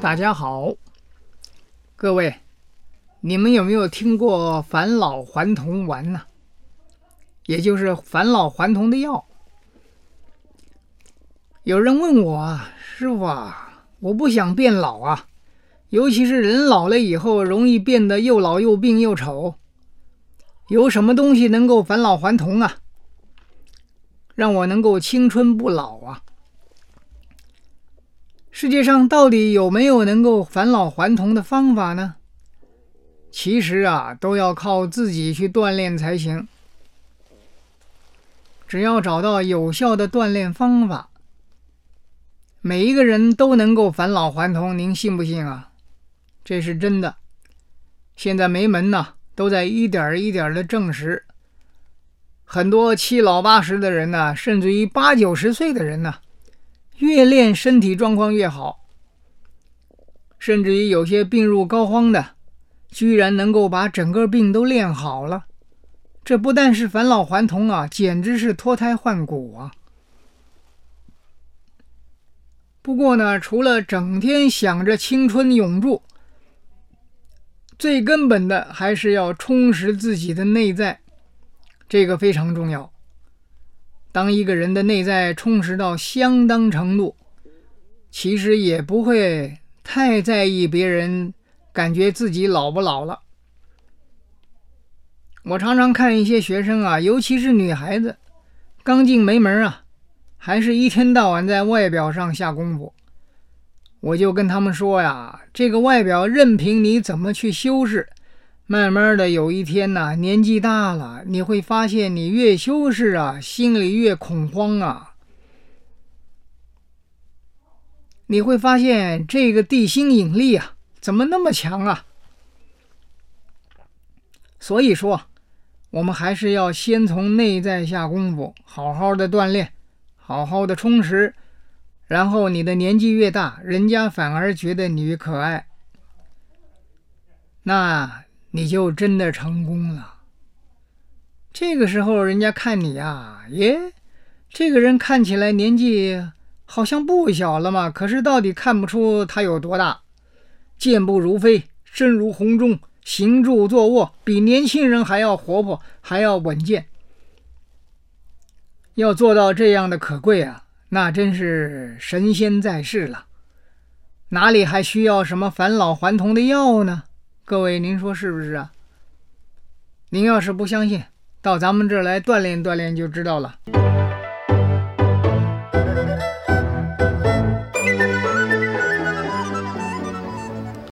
大家好，各位，你们有没有听过返老还童丸呢？也就是返老还童的药。有人问我啊，师傅啊，我不想变老啊，尤其是人老了以后容易变得又老又病又丑，有什么东西能够返老还童啊，让我能够青春不老啊？世界上到底有没有能够返老还童的方法呢？其实啊，都要靠自己去锻炼才行。只要找到有效的锻炼方法，每一个人都能够返老还童，您信不信啊？这是真的。现在媒门呢，都在一点一点的证实。很多七老八十的人呢，甚至于80、90岁的人呢，越练身体状况越好，甚至于有些病入膏肓的，居然能够把整个病都练好了。这不但是返老还童啊，简直是脱胎换骨啊！不过呢，除了整天想着青春永驻，最根本的还是要充实自己的内在，这个非常重要。当一个人的内在充实到相当程度，其实也不会太在意别人感觉自己老不老了。我常常看一些学生啊，尤其是女孩子，刚进媒门啊，还是一天到晚在外表上下功夫。我就跟他们说呀，这个外表任凭你怎么去修饰，慢慢的有一天呢，年纪大了，你会发现你越修饰啊，心里越恐慌啊。你会发现这个地心引力啊，怎么那么强啊？所以说，我们还是要先从内在下功夫，好好的锻炼，好好的充实，然后你的年纪越大，人家反而觉得你越可爱，那你就真的成功了。这个时候人家看你啊，这个人看起来年纪好像不小了嘛，可是到底看不出他有多大。健步如飞，身如洪钟，行住坐卧比年轻人还要活泼，还要稳健。要做到这样的可贵啊，那真是神仙在世了，哪里还需要什么返老还童的药呢？各位您说是不是啊？您要是不相信，到咱们这儿来锻炼锻炼就知道了。